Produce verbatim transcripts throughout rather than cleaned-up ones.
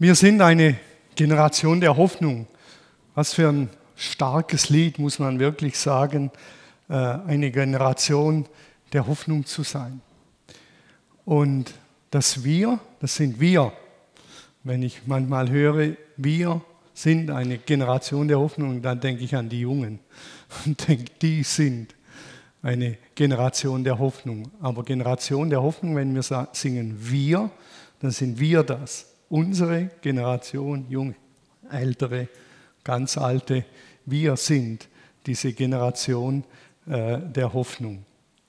Wir sind eine Generation der Hoffnung. Was für ein starkes Lied, muss man wirklich sagen, eine Generation der Hoffnung zu sein. Und das Wir, das sind wir. Wenn ich manchmal höre, wir sind eine Generation der Hoffnung, dann denke ich an die Jungen und denke, die sind eine Generation der Hoffnung. Aber Generation der Hoffnung, wenn wir singen wir, dann sind wir das. Unsere Generation, junge, ältere, ganz alte, wir sind diese Generation äh, der Hoffnung.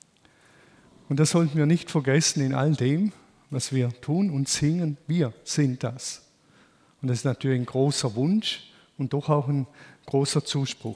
Und das sollten wir nicht vergessen in all dem, was wir tun und singen. Wir sind das. Und das ist natürlich ein großer Wunsch und doch auch ein großer Zuspruch.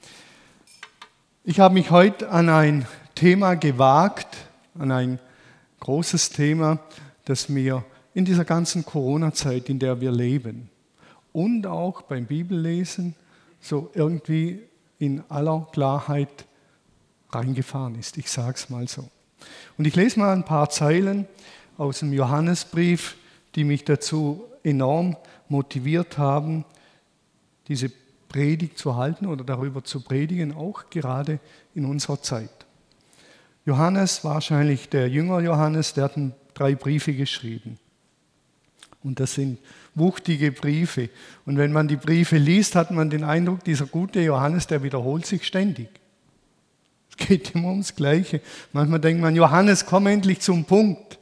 Ich habe mich heute an ein Thema gewagt, an ein großes Thema, das mir in dieser ganzen Corona-Zeit, in der wir leben und auch beim Bibellesen so irgendwie in aller Klarheit reingefahren ist. Ich sage es mal so. Und ich lese mal ein paar Zeilen aus dem Johannesbrief, die mich dazu enorm motiviert haben, diese Predigt zu halten oder darüber zu predigen, auch gerade in unserer Zeit. Johannes, wahrscheinlich der Jünger Johannes, der hat drei Briefe geschrieben. Und das sind wuchtige Briefe. Und wenn man die Briefe liest, hat man den Eindruck, dieser gute Johannes, der wiederholt sich ständig. Es geht immer ums Gleiche. Manchmal denkt man, Johannes, komm endlich zum Punkt.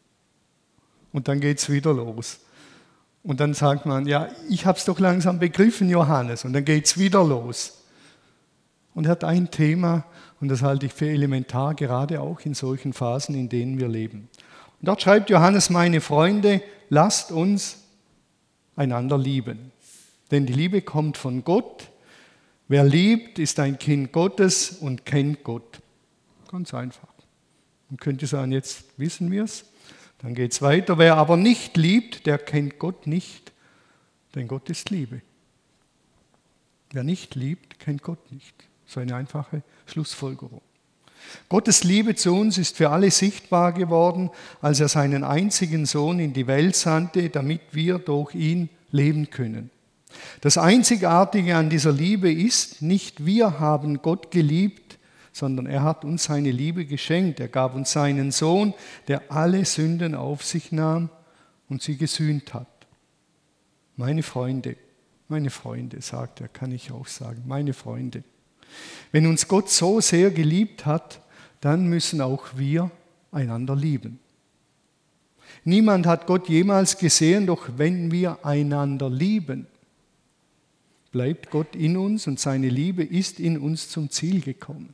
Und dann geht es wieder los. Und dann sagt man, ja, ich habe es doch langsam begriffen, Johannes. Und dann geht es wieder los. Und er hat ein Thema, und das halte ich für elementar, gerade auch in solchen Phasen, in denen wir leben. Und dort schreibt Johannes, meine Freunde, lasst uns einander lieben. Denn die Liebe kommt von Gott. Wer liebt, ist ein Kind Gottes und kennt Gott. Ganz einfach. Man könnte sagen, jetzt wissen wir es. Dann geht es weiter. Wer aber nicht liebt, der kennt Gott nicht, denn Gott ist Liebe. Wer nicht liebt, kennt Gott nicht. So eine einfache Schlussfolgerung. Gottes Liebe zu uns ist für alle sichtbar geworden, als er seinen einzigen Sohn in die Welt sandte, damit wir durch ihn leben können. Das Einzigartige an dieser Liebe ist, nicht wir haben Gott geliebt, sondern er hat uns seine Liebe geschenkt. Er gab uns seinen Sohn, der alle Sünden auf sich nahm und sie gesühnt hat. Meine Freunde, meine Freunde, sagt er, kann ich auch sagen, meine Freunde. Wenn uns Gott so sehr geliebt hat, dann müssen auch wir einander lieben. Niemand hat Gott jemals gesehen, doch wenn wir einander lieben, bleibt Gott in uns und seine Liebe ist in uns zum Ziel gekommen.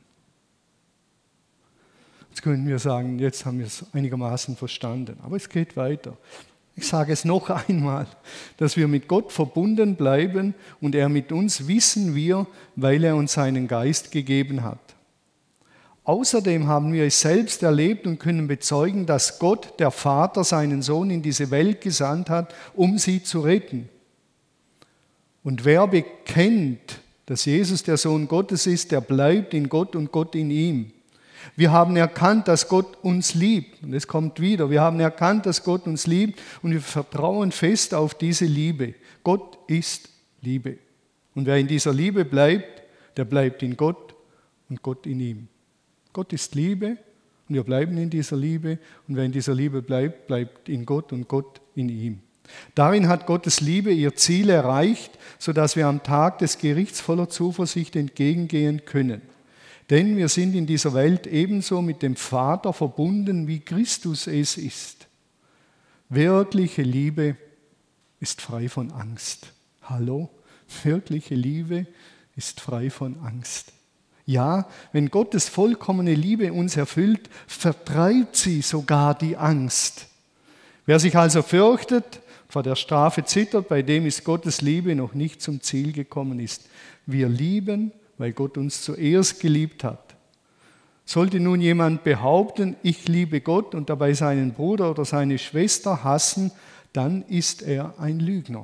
Jetzt können wir sagen, jetzt haben wir es einigermaßen verstanden, aber es geht weiter. Ich sage es noch einmal, dass wir mit Gott verbunden bleiben und er mit uns, wissen wir, weil er uns seinen Geist gegeben hat. Außerdem haben wir es selbst erlebt und können bezeugen, dass Gott, der Vater, seinen Sohn in diese Welt gesandt hat, um sie zu retten. Und wer bekennt, dass Jesus der Sohn Gottes ist, der bleibt in Gott und Gott in ihm. Wir haben erkannt, dass Gott uns liebt. Und es kommt wieder. Wir haben erkannt, dass Gott uns liebt und wir vertrauen fest auf diese Liebe. Gott ist Liebe. Und wer in dieser Liebe bleibt, der bleibt in Gott und Gott in ihm. Gott ist Liebe und wir bleiben in dieser Liebe. Und wer in dieser Liebe bleibt, bleibt in Gott und Gott in ihm. Darin hat Gottes Liebe ihr Ziel erreicht, sodass wir am Tag des Gerichts voller Zuversicht entgegengehen können. Denn wir sind in dieser Welt ebenso mit dem Vater verbunden, wie Christus es ist. Wirkliche Liebe ist frei von Angst. Hallo? Wirkliche Liebe ist frei von Angst. Ja, wenn Gottes vollkommene Liebe uns erfüllt, vertreibt sie sogar die Angst. Wer sich also fürchtet, vor der Strafe zittert, bei dem ist Gottes Liebe noch nicht zum Ziel gekommen ist. Wir lieben, weil Gott uns zuerst geliebt hat. Sollte nun jemand behaupten, ich liebe Gott und dabei seinen Bruder oder seine Schwester hassen, dann ist er ein Lügner.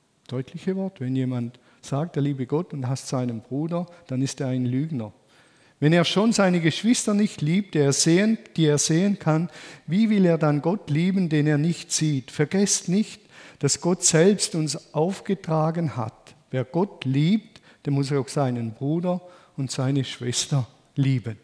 Deutliche Wort, wenn jemand sagt, er liebe Gott und hasst seinen Bruder, dann ist er ein Lügner. Wenn er schon seine Geschwister nicht liebt, die er sehen, die er sehen kann, wie will er dann Gott lieben, den er nicht sieht? Vergesst nicht, dass Gott selbst uns aufgetragen hat. Wer Gott liebt, der muss auch seinen Bruder und seine Schwester lieben.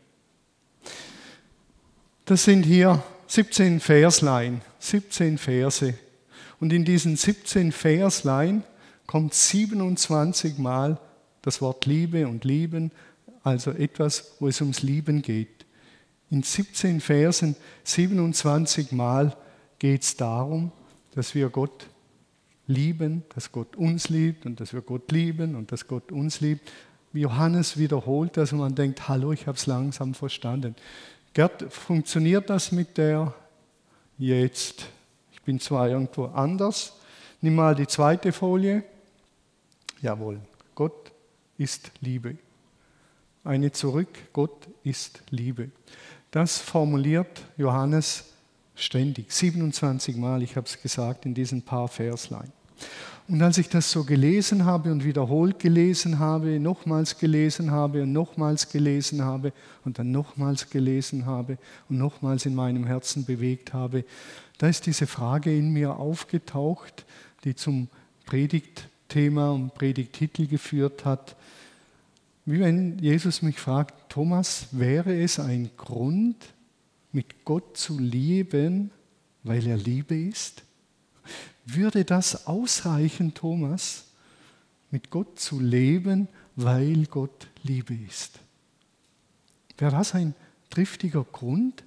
Das sind hier siebzehn Verslein, siebzehn Verse. Und in diesen siebzehn Verslein kommt siebenundzwanzig Mal das Wort Liebe und Lieben, also etwas, wo es ums Lieben geht. In siebzehn Versen, siebenundzwanzig Mal geht es darum, dass wir Gott lieben, dass Gott uns liebt und dass wir Gott lieben und dass Gott uns liebt. Johannes wiederholt das und man denkt, hallo, ich habe es langsam verstanden. Gerd, funktioniert das mit der jetzt? Ich bin zwar irgendwo anders. Nimm mal die zweite Folie. Jawohl, Gott ist Liebe. Eine zurück, Gott ist Liebe. Das formuliert Johannes ständig, siebenundzwanzig Mal, ich habe es gesagt, in diesen paar Verslein. Und als ich das so gelesen habe und wiederholt gelesen habe, nochmals gelesen habe und nochmals gelesen habe und dann nochmals gelesen habe und nochmals in meinem Herzen bewegt habe, da ist diese Frage in mir aufgetaucht, die zum Predigtthema und Predigttitel geführt hat. Wie wenn Jesus mich fragt, Thomas, wäre es ein Grund, mit Gott zu lieben, weil er Liebe ist? Würde das ausreichen, Thomas, mit Gott zu leben, weil Gott Liebe ist? Wäre das ein triftiger Grund,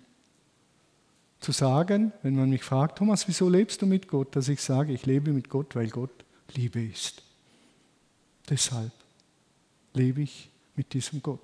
zu sagen, wenn man mich fragt, Thomas, wieso lebst du mit Gott, dass ich sage, ich lebe mit Gott, weil Gott Liebe ist? Deshalb lebe ich mit diesem Gott.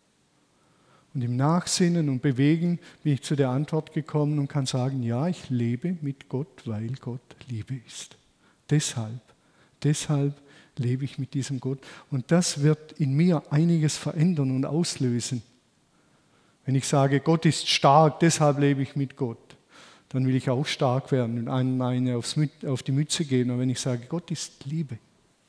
Und im Nachsinnen und Bewegen bin ich zu der Antwort gekommen und kann sagen, ja, ich lebe mit Gott, weil Gott Liebe ist. Deshalb, deshalb lebe ich mit diesem Gott. Und das wird in mir einiges verändern und auslösen. Wenn ich sage, Gott ist stark, deshalb lebe ich mit Gott, dann will ich auch stark werden und einem eine aufs, auf die Mütze gehen. Und wenn ich sage, Gott ist Liebe,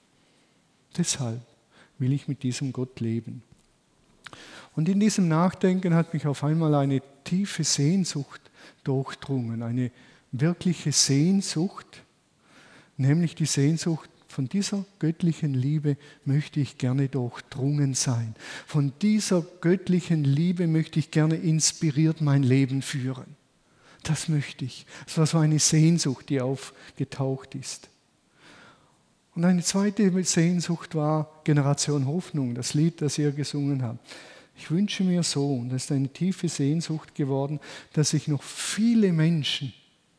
deshalb will ich mit diesem Gott leben. Und in diesem Nachdenken hat mich auf einmal eine tiefe Sehnsucht durchdrungen, eine wirkliche Sehnsucht, nämlich die Sehnsucht, von dieser göttlichen Liebe möchte ich gerne durchdrungen sein. Von dieser göttlichen Liebe möchte ich gerne inspiriert mein Leben führen. Das möchte ich. Es war so eine Sehnsucht, die aufgetaucht ist. Und eine zweite Sehnsucht war Generation Hoffnung, das Lied, das ihr gesungen habt. Ich wünsche mir so, und das ist eine tiefe Sehnsucht geworden, dass sich noch viele Menschen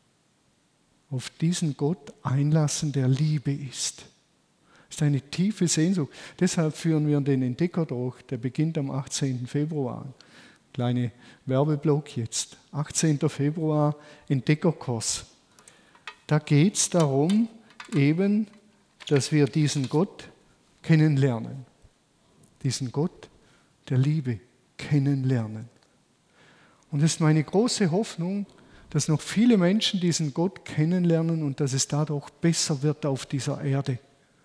auf diesen Gott einlassen, der Liebe ist. Das ist eine tiefe Sehnsucht. Deshalb führen wir den Entdecker durch, der beginnt am achtzehnten Februar. Kleine Werbeblock jetzt. achtzehnten Februar, Entdeckerkurs. Da geht es darum, eben, dass wir diesen Gott kennenlernen. Diesen Gott der Liebe kennenlernen. Und es ist meine große Hoffnung, dass noch viele Menschen diesen Gott kennenlernen und dass es dadurch besser wird auf dieser Erde.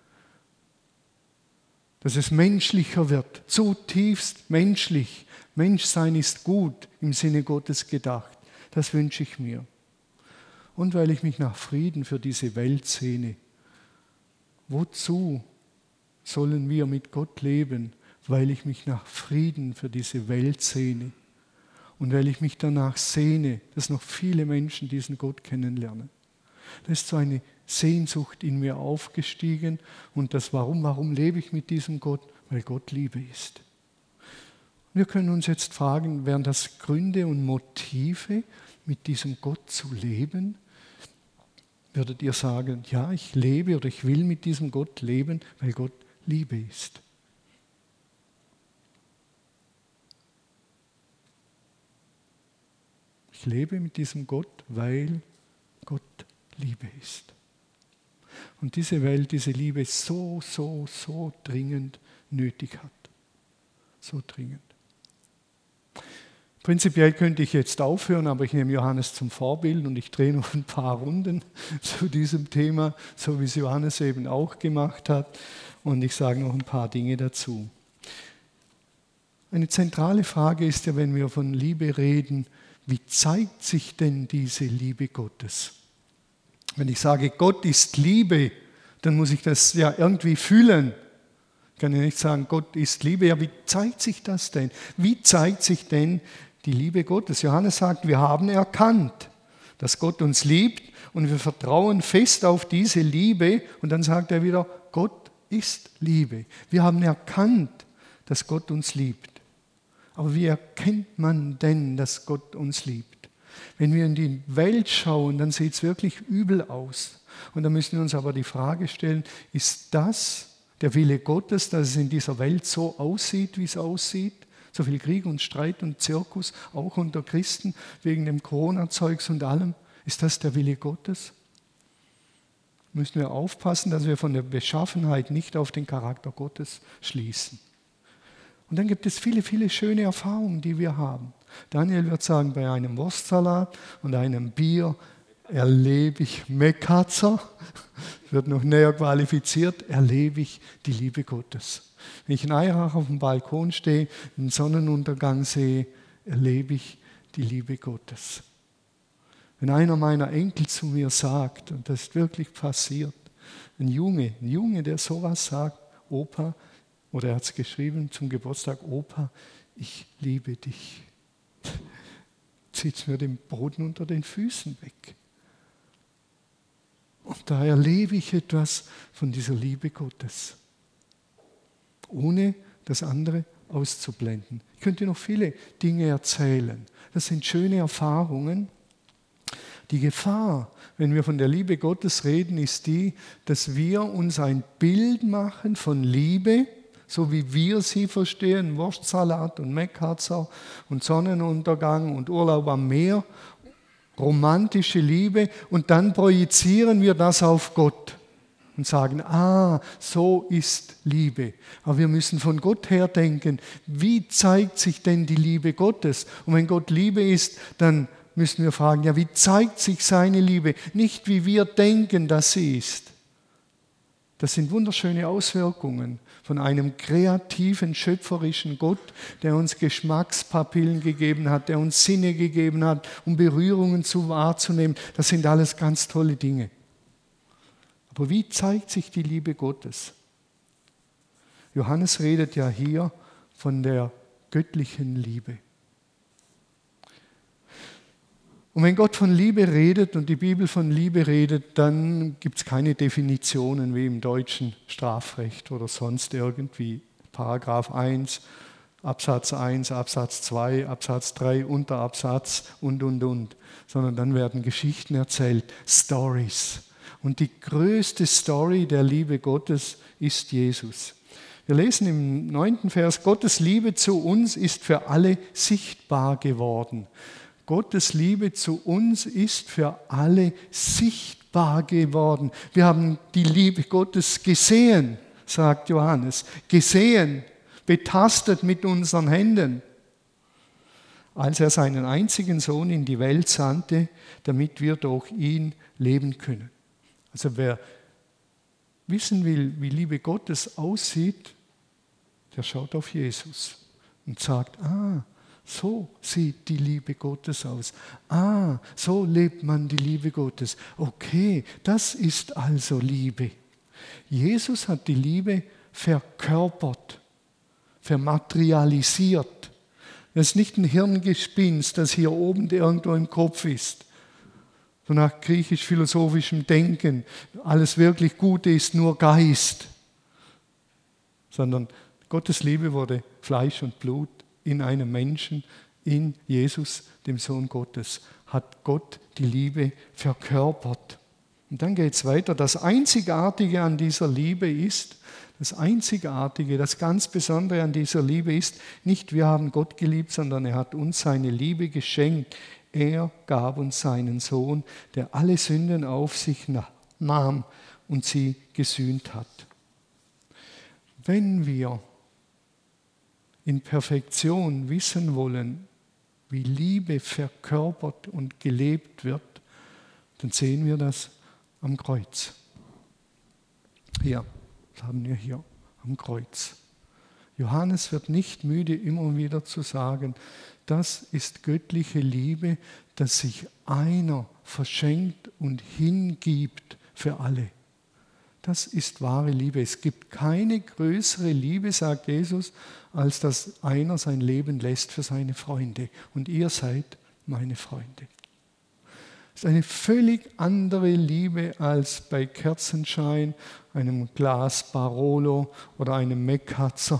Dass es menschlicher wird, zutiefst menschlich. Menschsein ist gut im Sinne Gottes gedacht. Das wünsche ich mir. Und weil ich mich nach Frieden für diese Welt sehne. Wozu sollen wir mit Gott leben? Weil ich mich nach Frieden für diese Welt sehne. Und weil ich mich danach sehne, dass noch viele Menschen diesen Gott kennenlernen. Das ist so eine Sehnsucht in mir aufgestiegen. Und das Warum, warum lebe ich mit diesem Gott? Weil Gott Liebe ist. Wir können uns jetzt fragen, wären das Gründe und Motive, mit diesem Gott zu leben? Würdet ihr sagen, ja, ich lebe oder ich will mit diesem Gott leben, weil Gott Liebe ist? Ich lebe mit diesem Gott, weil Gott Liebe ist. Und diese Welt, diese Liebe so, so, so dringend nötig hat. So dringend. Prinzipiell könnte ich jetzt aufhören, aber ich nehme Johannes zum Vorbild und ich drehe noch ein paar Runden zu diesem Thema, so wie es Johannes eben auch gemacht hat. Und ich sage noch ein paar Dinge dazu. eine zentrale Frage ist ja, wenn wir von Liebe reden, wie zeigt sich denn diese Liebe Gottes? Wenn ich sage, Gott ist Liebe, dann muss ich das ja irgendwie fühlen. Ich kann ja nicht sagen, Gott ist Liebe. Ja, wie zeigt sich das denn? Wie zeigt sich denn die Liebe Gottes? Johannes sagt, wir haben erkannt, dass Gott uns liebt und wir vertrauen fest auf diese Liebe. Und dann sagt er wieder, Gott ist Liebe. Wir haben erkannt, dass Gott uns liebt. Aber wie erkennt man denn, dass Gott uns liebt? Wenn wir in die Welt schauen, dann sieht es wirklich übel aus. Und da müssen wir uns aber die Frage stellen, ist das der Wille Gottes, dass es in dieser Welt so aussieht, wie es aussieht? So viel Krieg und Streit und Zirkus, auch unter Christen, wegen dem Corona-Zeugs und allem. Ist das der Wille Gottes? Müssen wir aufpassen, dass wir von der Beschaffenheit nicht auf den Charakter Gottes schließen. Und dann gibt es viele, viele schöne Erfahrungen, die wir haben. Daniel wird sagen, bei einem Wurstsalat und einem Bier erlebe ich Mekatzer, wird noch näher qualifiziert, erlebe ich die Liebe Gottes. Wenn ich in Eirach auf dem Balkon stehe, einen Sonnenuntergang sehe, erlebe ich die Liebe Gottes. Wenn einer meiner Enkel zu mir sagt, und das ist wirklich passiert, ein Junge, ein Junge, der sowas sagt, Opa, oder er hat es geschrieben zum Geburtstag, Opa, ich liebe dich. Zieht mir den Boden unter den Füßen weg. Und da erlebe ich etwas von dieser Liebe Gottes, ohne das andere auszublenden. Ich könnte noch viele Dinge erzählen. Das sind schöne Erfahrungen. Die Gefahr, wenn wir von der Liebe Gottes reden, ist die, dass wir uns ein Bild machen von Liebe, so wie wir sie verstehen, Wurstsalat und Mekatzer und Sonnenuntergang und Urlaub am Meer, romantische Liebe, und dann projizieren wir das auf Gott und sagen, ah, so ist Liebe. Aber wir müssen von Gott her denken, wie zeigt sich denn die Liebe Gottes? Und wenn Gott Liebe ist, dann müssen wir fragen, ja, wie zeigt sich seine Liebe? Nicht wie wir denken, dass sie ist. Das sind wunderschöne Auswirkungen von einem kreativen, schöpferischen Gott, der uns Geschmackspapillen gegeben hat, der uns Sinne gegeben hat, um Berührungen zu wahrzunehmen. Das sind alles ganz tolle Dinge. Aber wie zeigt sich die Liebe Gottes? Johannes redet ja hier von der göttlichen Liebe. Und wenn Gott von Liebe redet und die Bibel von Liebe redet, dann gibt es keine Definitionen wie im deutschen Strafrecht oder sonst irgendwie. Paragraph eins, Absatz eins, Absatz zwei, Absatz drei, Unterabsatz und, und, und. Sondern dann werden Geschichten erzählt, Stories. Und die größte Story der Liebe Gottes ist Jesus. Wir lesen im neunten Vers, Gottes Liebe zu uns ist für alle sichtbar geworden. Gottes Liebe zu uns ist für alle sichtbar geworden. Wir haben die Liebe Gottes gesehen, sagt Johannes. Gesehen, betastet mit unseren Händen, als er seinen einzigen Sohn in die Welt sandte, damit wir durch ihn leben können. Also wer wissen will, wie Liebe Gottes aussieht, der schaut auf Jesus und sagt, ah, so sieht die Liebe Gottes aus. Ah, so lebt man die Liebe Gottes. Okay, das ist also Liebe. Jesus hat die Liebe verkörpert, vermaterialisiert. Das ist nicht ein Hirngespinst, das hier oben irgendwo im Kopf ist. So nach griechisch-philosophischem Denken, alles wirklich Gute ist nur Geist. Sondern Gottes Liebe wurde Fleisch und Blut. In einem Menschen, in Jesus, dem Sohn Gottes, hat Gott die Liebe verkörpert. Und dann geht es weiter. Das Einzigartige an dieser Liebe ist, das Einzigartige, das ganz Besondere an dieser Liebe ist, nicht wir haben Gott geliebt, sondern er hat uns seine Liebe geschenkt. Er gab uns seinen Sohn, der alle Sünden auf sich nahm und sie gesühnt hat. Wenn wir in Perfektion wissen wollen, wie Liebe verkörpert und gelebt wird, dann sehen wir das am Kreuz. Hier, das haben wir hier am Kreuz. Johannes wird nicht müde, immer wieder zu sagen, das ist göttliche Liebe, dass sich einer verschenkt und hingibt für alle. Das ist wahre Liebe. Es gibt keine größere Liebe, sagt Jesus, als dass einer sein Leben lässt für seine Freunde. Und ihr seid meine Freunde. Das ist eine völlig andere Liebe als bei Kerzenschein, einem Glas Barolo oder einem Mekatzer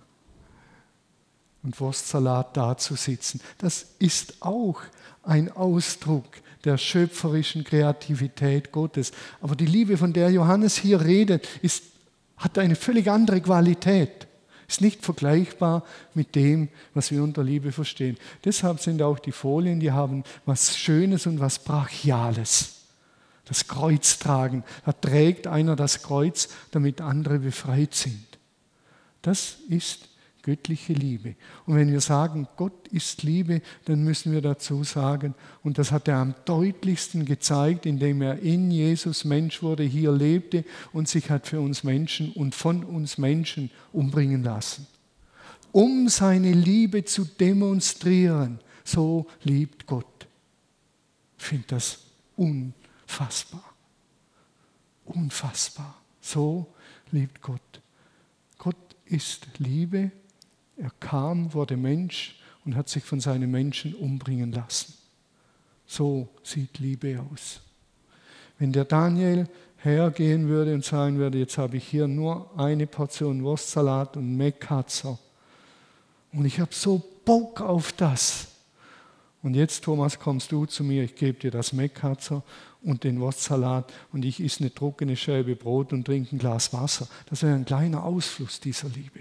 und Wurstsalat dazusitzen. Das ist auch ein Ausdruck der schöpferischen Kreativität Gottes. Aber die Liebe, von der Johannes hier redet, ist, hat eine völlig andere Qualität. Ist nicht vergleichbar mit dem, was wir unter Liebe verstehen. Deshalb sind auch die Folien, die haben was Schönes und was Brachiales. Das Kreuz tragen. Da trägt einer das Kreuz, damit andere befreit sind. Das ist göttliche Liebe. Und wenn wir sagen, Gott ist Liebe, dann müssen wir dazu sagen, und das hat er am deutlichsten gezeigt, indem er in Jesus Mensch wurde, hier lebte und sich hat für uns Menschen und von uns Menschen umbringen lassen. Um seine Liebe zu demonstrieren, so liebt Gott. Ich finde das unfassbar. Unfassbar. So liebt Gott. Gott ist Liebe. Er kam, wurde Mensch und hat sich von seinen Menschen umbringen lassen. So sieht Liebe aus. Wenn der Daniel hergehen würde und sagen würde, jetzt habe ich hier nur eine Portion Wurstsalat und Mekatzer und ich habe so Bock auf das. Und jetzt, Thomas, kommst du zu mir, ich gebe dir das Mekatzer und den Wurstsalat und ich esse eine trockene Scheibe Brot und trinke ein Glas Wasser. Das wäre ein kleiner Ausfluss dieser Liebe.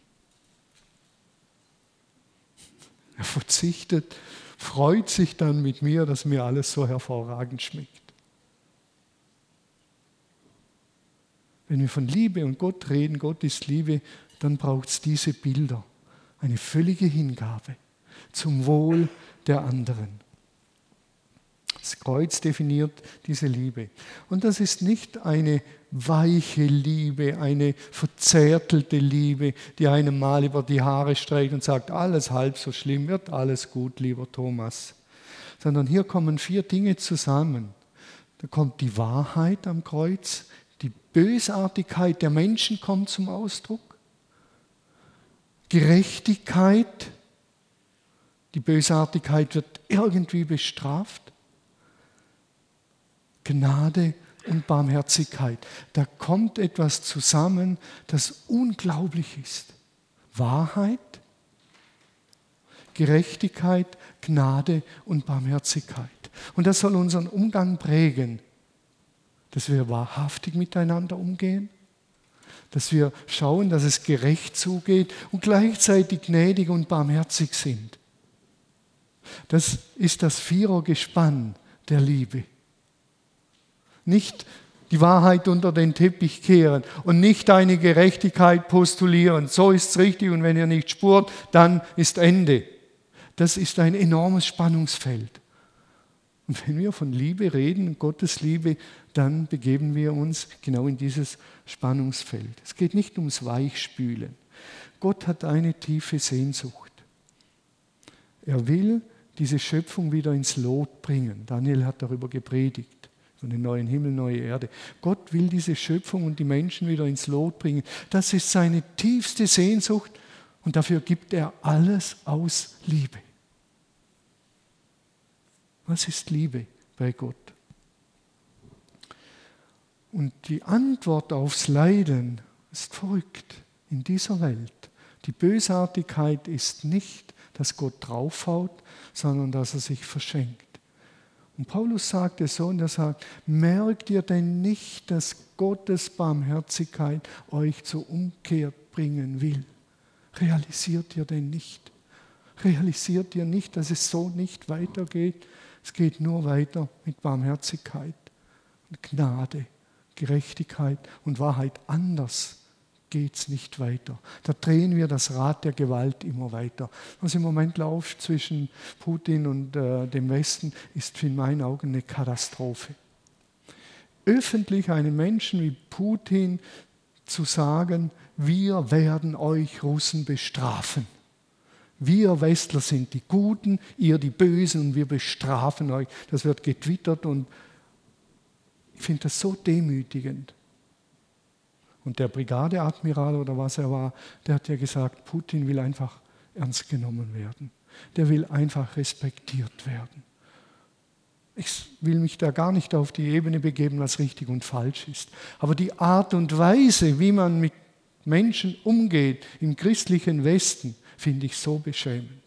Er verzichtet, freut sich dann mit mir, dass mir alles so hervorragend schmeckt. Wenn wir von Liebe und Gott reden, Gott ist Liebe, dann braucht es diese Bilder. Eine völlige Hingabe zum Wohl der anderen. Das Kreuz definiert diese Liebe. Und das ist nicht eine weiche Liebe, eine verzärtelte Liebe, die einem mal über die Haare streicht und sagt, alles halb so schlimm, wird alles gut, lieber Thomas. Sondern hier kommen vier Dinge zusammen. Da kommt die Wahrheit am Kreuz, die Bösartigkeit der Menschen kommt zum Ausdruck, Gerechtigkeit, die Bösartigkeit wird irgendwie bestraft, Gnade und Barmherzigkeit. Da kommt etwas zusammen, das unglaublich ist. Wahrheit, Gerechtigkeit, Gnade und Barmherzigkeit. Und das soll unseren Umgang prägen, dass wir wahrhaftig miteinander umgehen, dass wir schauen, dass es gerecht zugeht und gleichzeitig gnädig und barmherzig sind. Das ist das Vierergespann der Liebe. Nicht die Wahrheit unter den Teppich kehren und nicht eine Gerechtigkeit postulieren. So ist es richtig und wenn ihr nicht spurt, dann ist Ende. Das ist ein enormes Spannungsfeld. Und wenn wir von Liebe reden, Gottes Liebe, dann begeben wir uns genau in dieses Spannungsfeld. Es geht nicht ums Weichspülen. Gott hat eine tiefe Sehnsucht. Er will diese Schöpfung wieder ins Lot bringen. Daniel hat darüber gepredigt. Von den neuen Himmel, neue Erde. Gott will diese Schöpfung und die Menschen wieder ins Lot bringen. Das ist seine tiefste Sehnsucht und dafür gibt er alles aus Liebe. Was ist Liebe bei Gott? Und die Antwort aufs Leiden ist verrückt in dieser Welt. Die Bösartigkeit ist nicht, dass Gott draufhaut, sondern dass er sich verschenkt. Und Paulus sagt es so, und er sagt, merkt ihr denn nicht, dass Gottes Barmherzigkeit euch zur Umkehr bringen will? Realisiert ihr denn nicht? Realisiert ihr nicht, dass es so nicht weitergeht? Es geht nur weiter mit Barmherzigkeit und Gnade, Gerechtigkeit und Wahrheit. Anders geht es nicht weiter. Da drehen wir das Rad der Gewalt immer weiter. Was im Moment läuft zwischen Putin und äh, dem Westen, ist in meinen Augen eine Katastrophe. Öffentlich einem Menschen wie Putin zu sagen, wir werden euch Russen bestrafen. Wir Westler sind die Guten, ihr die Bösen und wir bestrafen euch. Das wird getwittert und ich finde das so demütigend. Und der Brigadeadmiral oder was er war, der hat ja gesagt, Putin will einfach ernst genommen werden. Der will einfach respektiert werden. Ich will mich da gar nicht auf die Ebene begeben, was richtig und falsch ist. Aber die Art und Weise, wie man mit Menschen umgeht im christlichen Westen, finde ich so beschämend.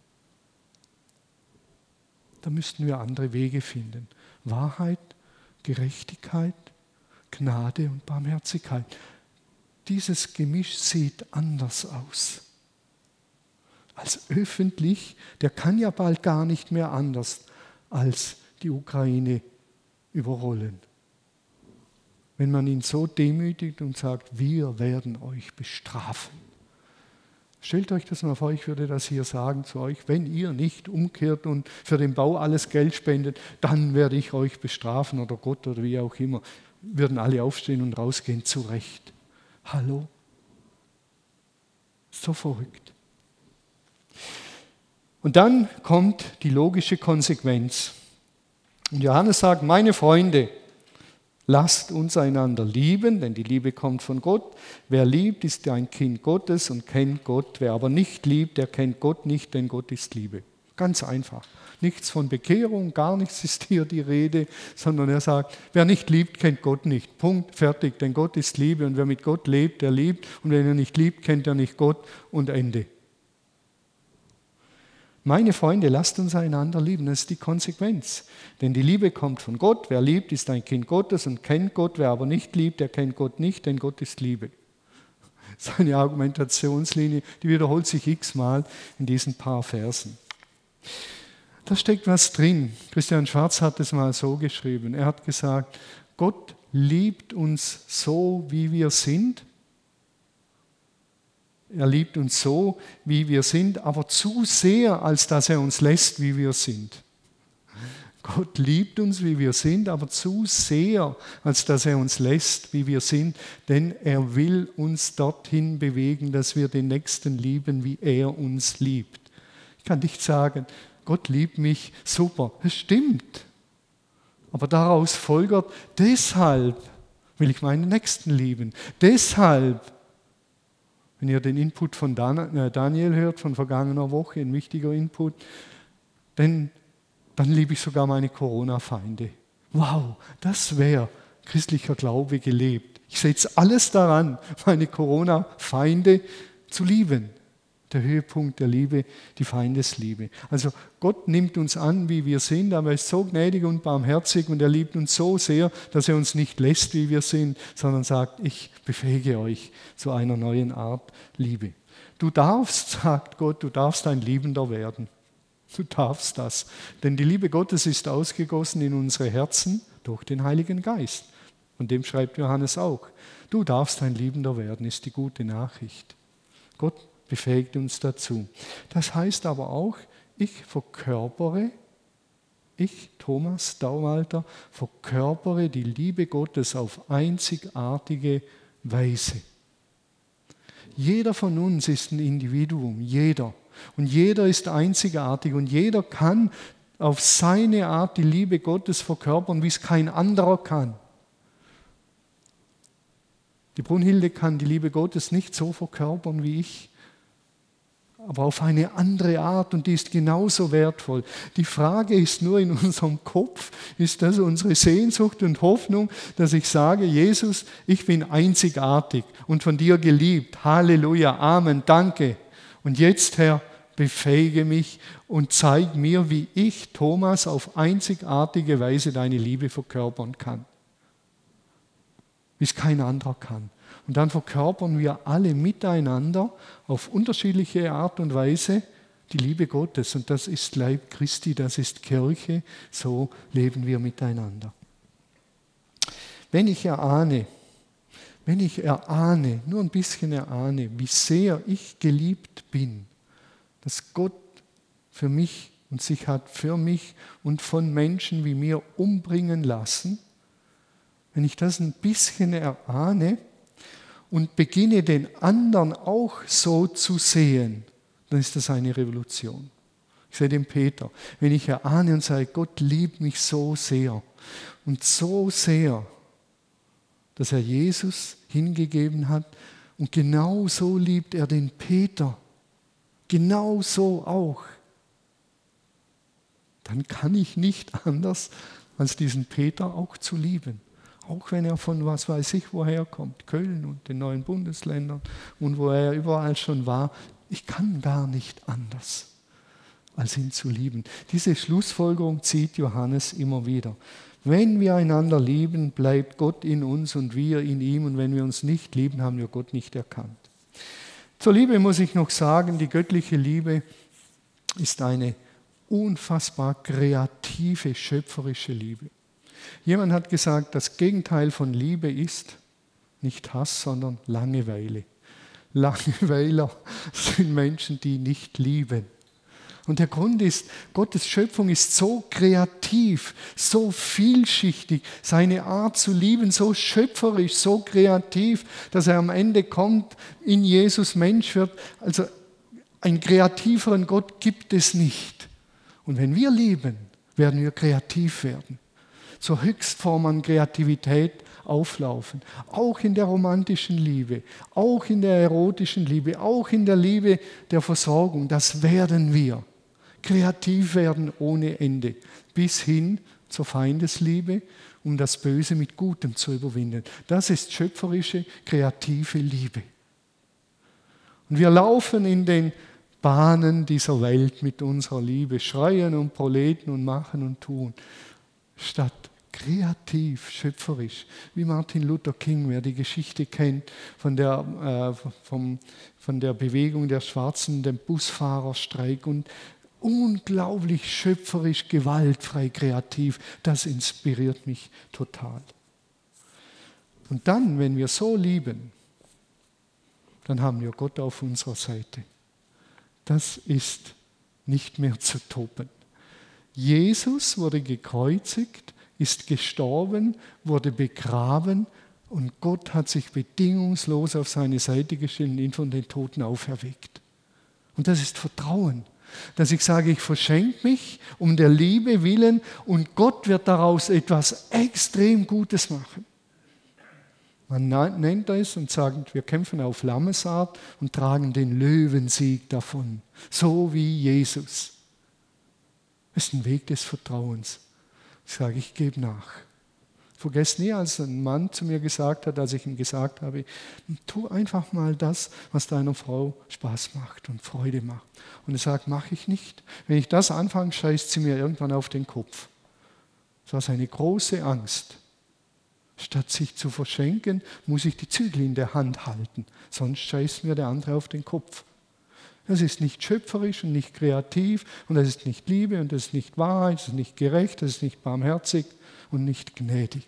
Da müssten wir andere Wege finden. Wahrheit, Gerechtigkeit, Gnade und Barmherzigkeit. Dieses Gemisch sieht anders aus. Als öffentlich, der kann ja bald gar nicht mehr anders als die Ukraine überrollen. Wenn man ihn so demütigt und sagt, wir werden euch bestrafen. Stellt euch das mal vor, ich würde das hier sagen zu euch, wenn ihr nicht umkehrt und für den Bau alles Geld spendet, dann werde ich euch bestrafen oder Gott oder wie auch immer. Würden alle aufstehen und rausgehen, zu Recht. Hallo? So verrückt. Und dann kommt die logische Konsequenz. Und Johannes sagt, meine Freunde, lasst uns einander lieben, denn die Liebe kommt von Gott. Wer liebt, ist ein Kind Gottes und kennt Gott. Wer aber nicht liebt, der kennt Gott nicht, denn Gott ist Liebe. Ganz einfach. Nichts von Bekehrung, gar nichts ist hier die Rede, sondern er sagt, wer nicht liebt, kennt Gott nicht. Punkt, fertig, denn Gott ist Liebe und wer mit Gott lebt, der liebt und wenn er nicht liebt, kennt er nicht Gott und Ende. Meine Freunde, lasst uns einander lieben, das ist die Konsequenz. Denn die Liebe kommt von Gott, wer liebt, ist ein Kind Gottes und kennt Gott, wer aber nicht liebt, der kennt Gott nicht, denn Gott ist Liebe. Seine Argumentationslinie, die wiederholt sich x-mal in diesen paar Versen. Da steckt was drin. Christian Schwarz hat es mal so geschrieben. Er hat gesagt, Gott liebt uns so, wie wir sind. Er liebt uns so, wie wir sind, aber zu sehr, als dass er uns lässt, wie wir sind. Gott liebt uns, wie wir sind, aber zu sehr, als dass er uns lässt, wie wir sind, denn er will uns dorthin bewegen, dass wir den Nächsten lieben, wie er uns liebt. Ich kann nicht sagen, Gott liebt mich, super, das stimmt. Aber daraus folgert, deshalb will ich meinen Nächsten lieben. Deshalb, wenn ihr den Input von Daniel hört, von vergangener Woche, ein wichtiger Input, denn dann liebe ich sogar meine Corona-Feinde. Wow, das wäre christlicher Glaube gelebt. Ich setze alles daran, meine Corona-Feinde zu lieben. Der Höhepunkt der Liebe, die Feindesliebe. Also Gott nimmt uns an, wie wir sind, aber er ist so gnädig und barmherzig und er liebt uns so sehr, dass er uns nicht lässt, wie wir sind, sondern sagt, ich befähige euch zu einer neuen Art Liebe. Du darfst, sagt Gott, du darfst ein Liebender werden. Du darfst das. Denn die Liebe Gottes ist ausgegossen in unsere Herzen durch den Heiligen Geist. Und dem schreibt Johannes auch. Du darfst ein Liebender werden, ist die gute Nachricht. Gott befähigt uns dazu. Das heißt aber auch, ich verkörpere, ich, Thomas Dauwalter, verkörpere die Liebe Gottes auf einzigartige Weise. Jeder von uns ist ein Individuum, jeder. Und jeder ist einzigartig und jeder kann auf seine Art die Liebe Gottes verkörpern, wie es kein anderer kann. Die Brunhilde kann die Liebe Gottes nicht so verkörpern wie ich, aber auf eine andere Art und die ist genauso wertvoll. Die Frage ist nur in unserem Kopf, ist das unsere Sehnsucht und Hoffnung, dass ich sage, Jesus, ich bin einzigartig und von dir geliebt. Halleluja, Amen, danke. Und jetzt, Herr, befähige mich und zeig mir, wie ich, Thomas, auf einzigartige Weise deine Liebe verkörpern kann. Wie es kein anderer kann. Und dann verkörpern wir alle miteinander auf unterschiedliche Art und Weise die Liebe Gottes. Und das ist Leib Christi, das ist Kirche. So leben wir miteinander. Wenn ich erahne, wenn ich erahne, nur ein bisschen erahne, wie sehr ich geliebt bin, dass Gott für mich und sich hat für mich und von Menschen wie mir umbringen lassen, wenn ich das ein bisschen erahne, und beginne den anderen auch so zu sehen, dann ist das eine Revolution. Ich sehe den Peter, wenn ich erahne und sage, Gott liebt mich so sehr und so sehr, dass er Jesus hingegeben hat und genau so liebt er den Peter, genau so auch, dann kann ich nicht anders, als diesen Peter auch zu lieben. Auch wenn er von was weiß ich woher kommt, Köln und den neuen Bundesländern und wo er überall schon war. Ich kann gar nicht anders, als ihn zu lieben. Diese Schlussfolgerung zieht Johannes immer wieder. Wenn wir einander lieben, bleibt Gott in uns und wir in ihm. Und wenn wir uns nicht lieben, haben wir Gott nicht erkannt. Zur Liebe muss ich noch sagen, die göttliche Liebe ist eine unfassbar kreative, schöpferische Liebe. Jemand hat gesagt, das Gegenteil von Liebe ist nicht Hass, sondern Langeweile. Langeweiler sind Menschen, die nicht lieben. Und der Grund ist, Gottes Schöpfung ist so kreativ, so vielschichtig, seine Art zu lieben, so schöpferisch, so kreativ, dass er am Ende kommt, in Jesus Mensch wird. Also einen kreativeren Gott gibt es nicht. Und wenn wir lieben, werden wir kreativ werden. Zur Höchstform an Kreativität auflaufen. Auch in der romantischen Liebe, auch in der erotischen Liebe, auch in der Liebe der Versorgung. Das werden wir. Kreativ werden ohne Ende. Bis hin zur Feindesliebe, um das Böse mit Gutem zu überwinden. Das ist schöpferische, kreative Liebe. Und wir laufen in den Bahnen dieser Welt mit unserer Liebe, schreien und proleten und machen und tun, statt kreativ, schöpferisch, wie Martin Luther King, wer die Geschichte kennt von der, äh, vom, von der Bewegung der Schwarzen, dem Busfahrerstreik und unglaublich schöpferisch, gewaltfrei, kreativ, das inspiriert mich total. Und dann, wenn wir so lieben, dann haben wir Gott auf unserer Seite. Das ist nicht mehr zu toppen. Jesus wurde gekreuzigt, ist gestorben, wurde begraben und Gott hat sich bedingungslos auf seine Seite gestellt und ihn von den Toten auferweckt. Und das ist Vertrauen, dass ich sage, ich verschenke mich um der Liebe willen und Gott wird daraus etwas extrem Gutes machen. Man nennt es und sagt, wir kämpfen auf Lammesart und tragen den Löwensieg davon, so wie Jesus. Das ist ein Weg des Vertrauens. Ich sage, ich gebe nach. Vergesst nie, als ein Mann zu mir gesagt hat, als ich ihm gesagt habe, tu einfach mal das, was deiner Frau Spaß macht und Freude macht. Und er sagt, mache ich nicht. Wenn ich das anfange, scheißt sie mir irgendwann auf den Kopf. Das war seine große Angst. Statt sich zu verschenken, muss ich die Zügel in der Hand halten, sonst scheißt mir der andere auf den Kopf. Das ist nicht schöpferisch und nicht kreativ und das ist nicht Liebe und das ist nicht Wahrheit, das ist nicht gerecht, das ist nicht barmherzig und nicht gnädig.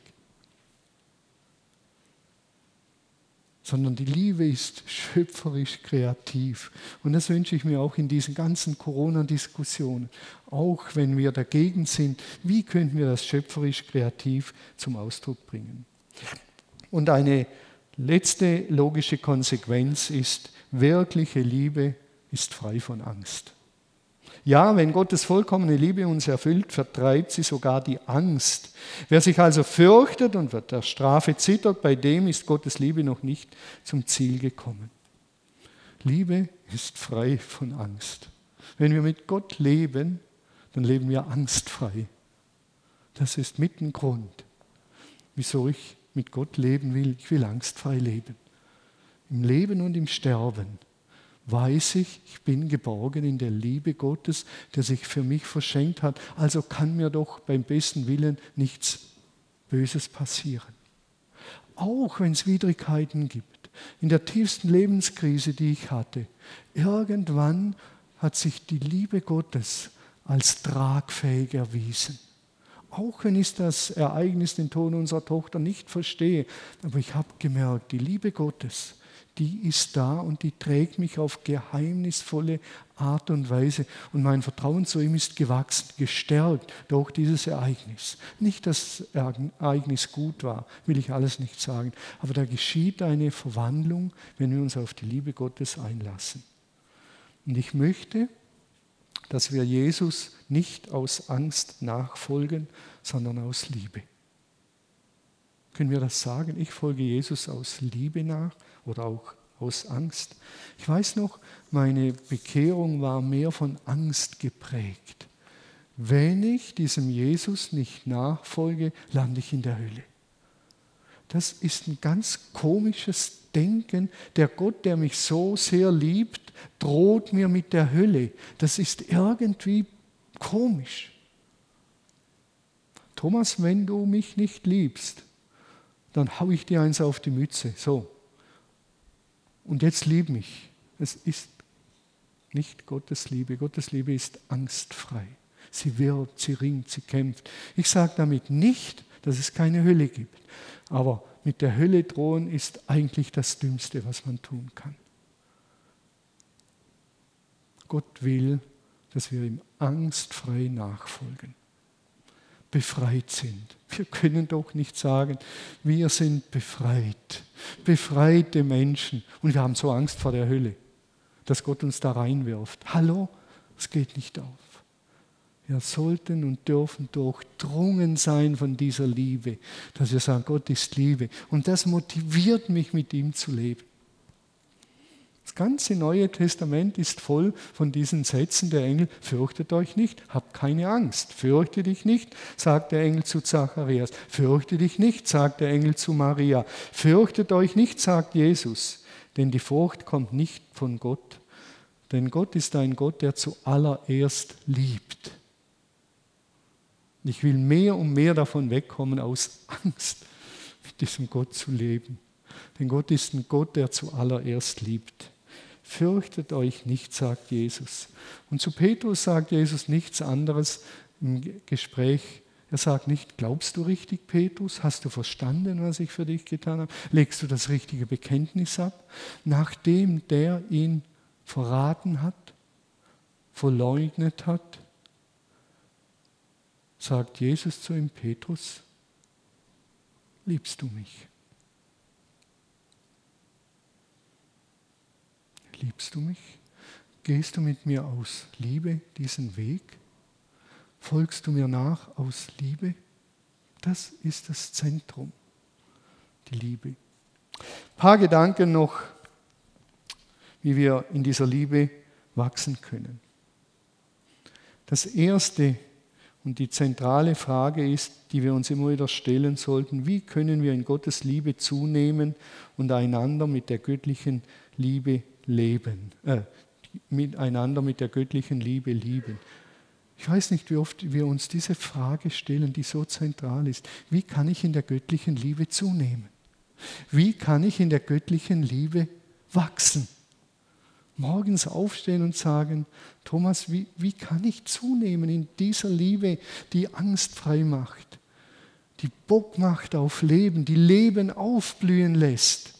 Sondern die Liebe ist schöpferisch kreativ. Und das wünsche ich mir auch in diesen ganzen Corona-Diskussionen. Auch wenn wir dagegen sind, wie könnten wir das schöpferisch kreativ zum Ausdruck bringen? Und eine letzte logische Konsequenz ist, wirkliche Liebe ist frei von Angst. Ja, wenn Gottes vollkommene Liebe uns erfüllt, vertreibt sie sogar die Angst. Wer sich also fürchtet und wird der Strafe zittert, bei dem ist Gottes Liebe noch nicht zum Ziel gekommen. Liebe ist frei von Angst. Wenn wir mit Gott leben, dann leben wir angstfrei. Das ist mit ein Grund, wieso ich mit Gott leben will. Ich will angstfrei leben. Im Leben und im Sterben weiß ich, ich bin geborgen in der Liebe Gottes, der sich für mich verschenkt hat. Also kann mir doch beim besten Willen nichts Böses passieren. Auch wenn es Widrigkeiten gibt, in der tiefsten Lebenskrise, die ich hatte, irgendwann hat sich die Liebe Gottes als tragfähig erwiesen. Auch wenn ich das Ereignis, den Tod unserer Tochter nicht verstehe, aber ich habe gemerkt, die Liebe Gottes, die ist da und die trägt mich auf geheimnisvolle Art und Weise. Und mein Vertrauen zu ihm ist gewachsen, gestärkt durch dieses Ereignis. Nicht, dass das Ereignis gut war, will ich alles nicht sagen. Aber da geschieht eine Verwandlung, wenn wir uns auf die Liebe Gottes einlassen. Und ich möchte, dass wir Jesus nicht aus Angst nachfolgen, sondern aus Liebe. Können wir das sagen? Ich folge Jesus aus Liebe nach oder auch aus Angst. Ich weiß noch, meine Bekehrung war mehr von Angst geprägt. Wenn ich diesem Jesus nicht nachfolge, lande ich in der Hölle. Das ist ein ganz komisches Denken. Der Gott, der mich so sehr liebt, droht mir mit der Hölle. Das ist irgendwie komisch. Thomas, wenn du mich nicht liebst, dann hau ich dir eins auf die Mütze. So. Und jetzt lieb mich. Es ist nicht Gottes Liebe. Gottes Liebe ist angstfrei. Sie wirbt, sie ringt, sie kämpft. Ich sage damit nicht, dass es keine Hölle gibt. Aber mit der Hölle drohen ist eigentlich das Dümmste, was man tun kann. Gott will, dass wir ihm angstfrei nachfolgen, befreit sind. Wir können doch nicht sagen, wir sind befreit, befreite Menschen. Und wir haben so Angst vor der Hölle, dass Gott uns da reinwirft. Hallo, es geht nicht auf. Wir sollten und dürfen durchdrungen sein von dieser Liebe, dass wir sagen, Gott ist Liebe. Und das motiviert mich, mit ihm zu leben. Das ganze Neue Testament ist voll von diesen Sätzen der Engel: Fürchtet euch nicht, habt keine Angst. Fürchte dich nicht, sagt der Engel zu Zacharias. Fürchte dich nicht, sagt der Engel zu Maria. Fürchtet euch nicht, sagt Jesus, denn die Furcht kommt nicht von Gott. Denn Gott ist ein Gott, der zuallererst liebt. Ich will mehr und mehr davon wegkommen, aus Angst mit diesem Gott zu leben. Denn Gott ist ein Gott, der zuallererst liebt. Fürchtet euch nicht, sagt Jesus. Und zu Petrus sagt Jesus nichts anderes im Gespräch. Er sagt nicht, glaubst du richtig, Petrus? Hast du verstanden, was ich für dich getan habe? Legst du das richtige Bekenntnis ab? Nachdem der ihn verraten hat, verleugnet hat, sagt Jesus zu ihm, Petrus, liebst du mich? Liebst du mich? Gehst du mit mir aus Liebe diesen Weg? Folgst du mir nach aus Liebe? Das ist das Zentrum, die Liebe. Ein paar Gedanken noch, wie wir in dieser Liebe wachsen können. Das erste und die zentrale Frage ist, die wir uns immer wieder stellen sollten: Wie können wir in Gottes Liebe zunehmen und einander mit der göttlichen Liebe leben, äh, miteinander mit der göttlichen Liebe lieben? Ich weiß nicht, wie oft wir uns diese Frage stellen, die so zentral ist. Wie kann ich in der göttlichen Liebe zunehmen? Wie kann ich in der göttlichen Liebe wachsen? Morgens aufstehen und sagen, Thomas, wie, wie kann ich zunehmen in dieser Liebe, die angstfrei macht, die Bock macht auf Leben, die Leben aufblühen lässt,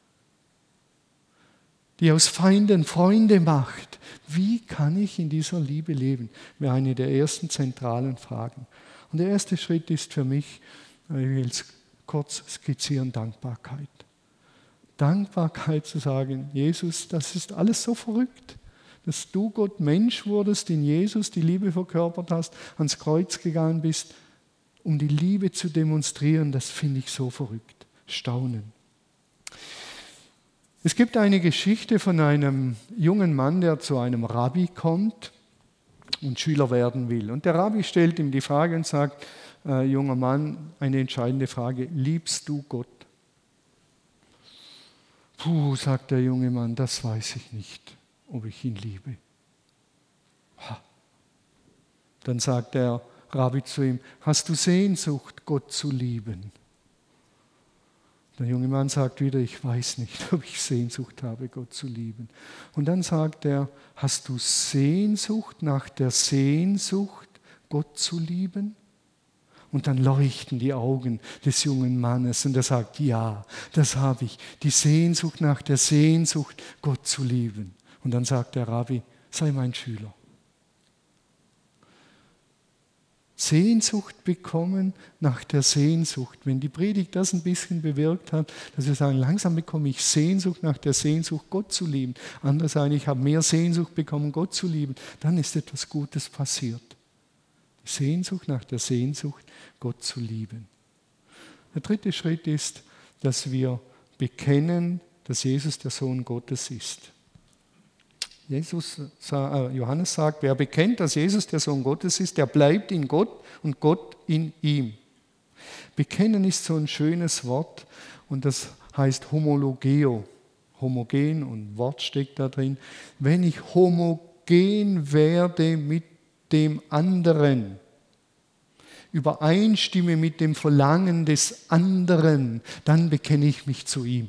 die aus Feinden Freunde macht. Wie kann ich in dieser Liebe leben? Wäre eine der ersten zentralen Fragen. Und der erste Schritt ist für mich, ich will es kurz skizzieren, Dankbarkeit. Dankbarkeit zu sagen, Jesus, das ist alles so verrückt, dass du Gott Mensch wurdest, in Jesus die Liebe verkörpert hast, ans Kreuz gegangen bist, um die Liebe zu demonstrieren, das finde ich so verrückt. Staunen. Es gibt eine Geschichte von einem jungen Mann, der zu einem Rabbi kommt und Schüler werden will. Und der Rabbi stellt ihm die Frage und sagt, äh, junger Mann, eine entscheidende Frage, liebst du Gott? Puh, sagt der junge Mann, das weiß ich nicht, ob ich ihn liebe. Ha. Dann sagt der Rabbi zu ihm, hast du Sehnsucht, Gott zu lieben? Der junge Mann sagt wieder, ich weiß nicht, ob ich Sehnsucht habe, Gott zu lieben. Und dann sagt er, hast du Sehnsucht nach der Sehnsucht, Gott zu lieben? Und dann leuchten die Augen des jungen Mannes und er sagt, ja, das habe ich, die Sehnsucht nach der Sehnsucht, Gott zu lieben. Und dann sagt der Rabbi, sei mein Schüler. Sehnsucht bekommen nach der Sehnsucht. Wenn die Predigt das ein bisschen bewirkt hat, dass wir sagen, langsam bekomme ich Sehnsucht nach der Sehnsucht, Gott zu lieben. Andere sagen, ich habe mehr Sehnsucht bekommen, Gott zu lieben. Dann ist etwas Gutes passiert. Die Sehnsucht nach der Sehnsucht, Gott zu lieben. Der dritte Schritt ist, dass wir bekennen, dass Jesus der Sohn Gottes ist. Jesus, Johannes sagt, wer bekennt, dass Jesus der Sohn Gottes ist, der bleibt in Gott und Gott in ihm. Bekennen ist so ein schönes Wort und das heißt homologeo. Homogen und Wort steckt da drin. Wenn ich homogen werde mit dem anderen, übereinstimme mit dem Verlangen des anderen, dann bekenne ich mich zu ihm.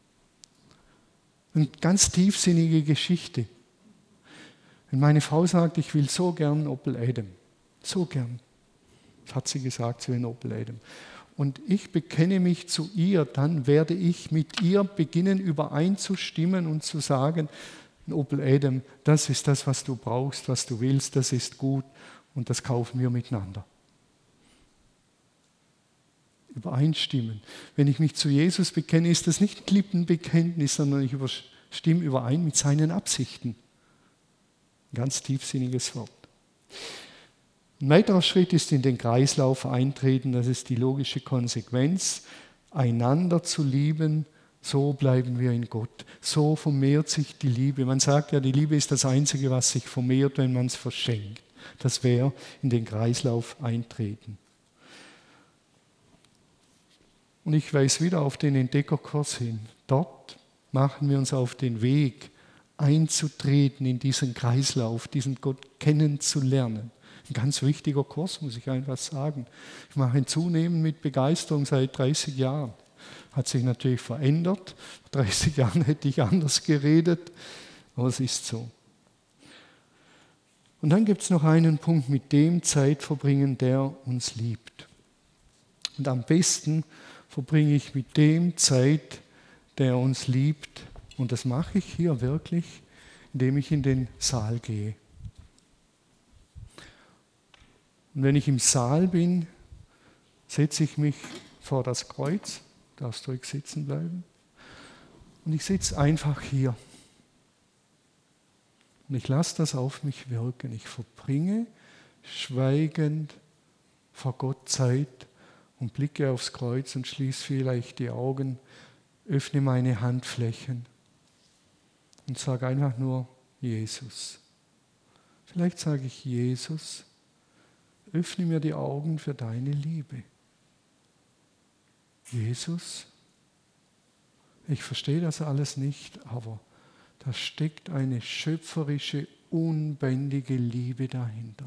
Eine ganz tiefsinnige Geschichte. Wenn meine Frau sagt, ich will so gern Opel Adam, so gern, das hat sie gesagt, sie will einen Opel Adam. Und ich bekenne mich zu ihr, dann werde ich mit ihr beginnen übereinzustimmen und zu sagen, ein Opel Adam, das ist das, was du brauchst, was du willst, das ist gut und das kaufen wir miteinander. Übereinstimmen. Wenn ich mich zu Jesus bekenne, ist das nicht ein Lippenbekenntnis, sondern ich stimme überein mit seinen Absichten. Ein ganz tiefsinniges Wort. Ein weiterer Schritt ist in den Kreislauf eintreten, das ist die logische Konsequenz, einander zu lieben, so bleiben wir in Gott. So vermehrt sich die Liebe. Man sagt ja, die Liebe ist das Einzige, was sich vermehrt, wenn man es verschenkt. Das wäre in den Kreislauf eintreten. Und ich weise wieder auf den Entdeckerkurs hin. Dort machen wir uns auf den Weg, einzutreten in diesen Kreislauf, diesen Gott kennenzulernen. Ein ganz wichtiger Kurs, muss ich einfach sagen. Ich mache ihn zunehmend mit Begeisterung seit dreißig Jahren. Hat sich natürlich verändert. Vor dreißig Jahren hätte ich anders geredet, aber es ist so. Und dann gibt es noch einen Punkt, mit dem Zeit verbringen, der uns liebt. Und am besten verbringe ich mit dem Zeit, der uns liebt. Und das mache ich hier wirklich, indem ich in den Saal gehe. Und wenn ich im Saal bin, setze ich mich vor das Kreuz, darfst du ruhig sitzen bleiben, und ich sitze einfach hier. Und ich lasse das auf mich wirken. Ich verbringe schweigend vor Gott Zeit und blicke aufs Kreuz und schließe vielleicht die Augen, öffne meine Handflächen und sage einfach nur Jesus. Vielleicht sage ich Jesus, öffne mir die Augen für deine Liebe. Jesus, ich verstehe das alles nicht, aber da steckt eine schöpferische, unbändige Liebe dahinter.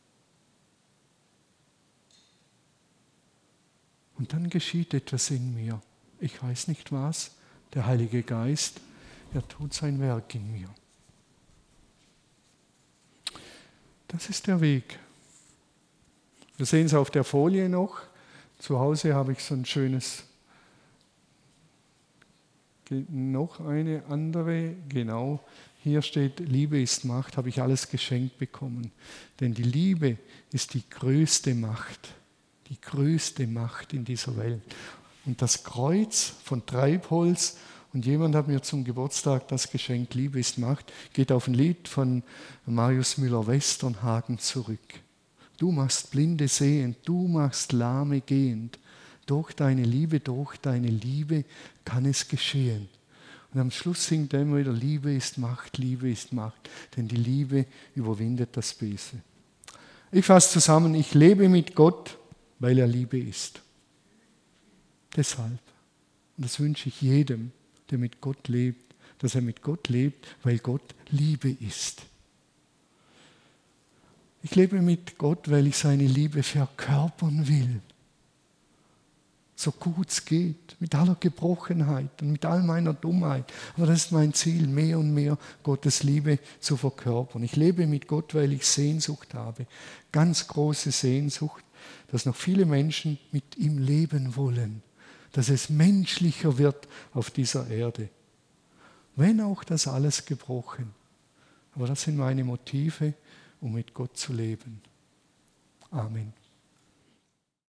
Und dann geschieht etwas in mir. Ich weiß nicht was, der Heilige Geist, er tut sein Werk in mir. Das ist der Weg. Wir sehen es auf der Folie noch. Zu Hause habe ich so ein schönes, noch eine andere, genau. Hier steht, Liebe ist Macht, habe ich alles geschenkt bekommen. Denn die Liebe ist die größte Macht, die größte Macht in dieser Welt. Und das Kreuz von Treibholz, und jemand hat mir zum Geburtstag das geschenkt, Liebe ist Macht, geht auf ein Lied von Marius Müller-Westernhagen zurück. Du machst Blinde sehend, du machst Lahme gehend. Durch deine Liebe, durch deine Liebe kann es geschehen. Und am Schluss singt er immer wieder, Liebe ist Macht, Liebe ist Macht, denn die Liebe überwindet das Böse. Ich fasse zusammen, ich lebe mit Gott, weil er Liebe ist. Deshalb, und das wünsche ich jedem, der mit Gott lebt, dass er mit Gott lebt, weil Gott Liebe ist. Ich lebe mit Gott, weil ich seine Liebe verkörpern will. So gut es geht, mit aller Gebrochenheit und mit all meiner Dummheit. Aber das ist mein Ziel, mehr und mehr Gottes Liebe zu verkörpern. Ich lebe mit Gott, weil ich Sehnsucht habe. Ganz große Sehnsucht, dass noch viele Menschen mit ihm leben wollen. Dass es menschlicher wird auf dieser Erde. Wenn auch das alles gebrochen. Aber das sind meine Motive, um mit Gott zu leben. Amen.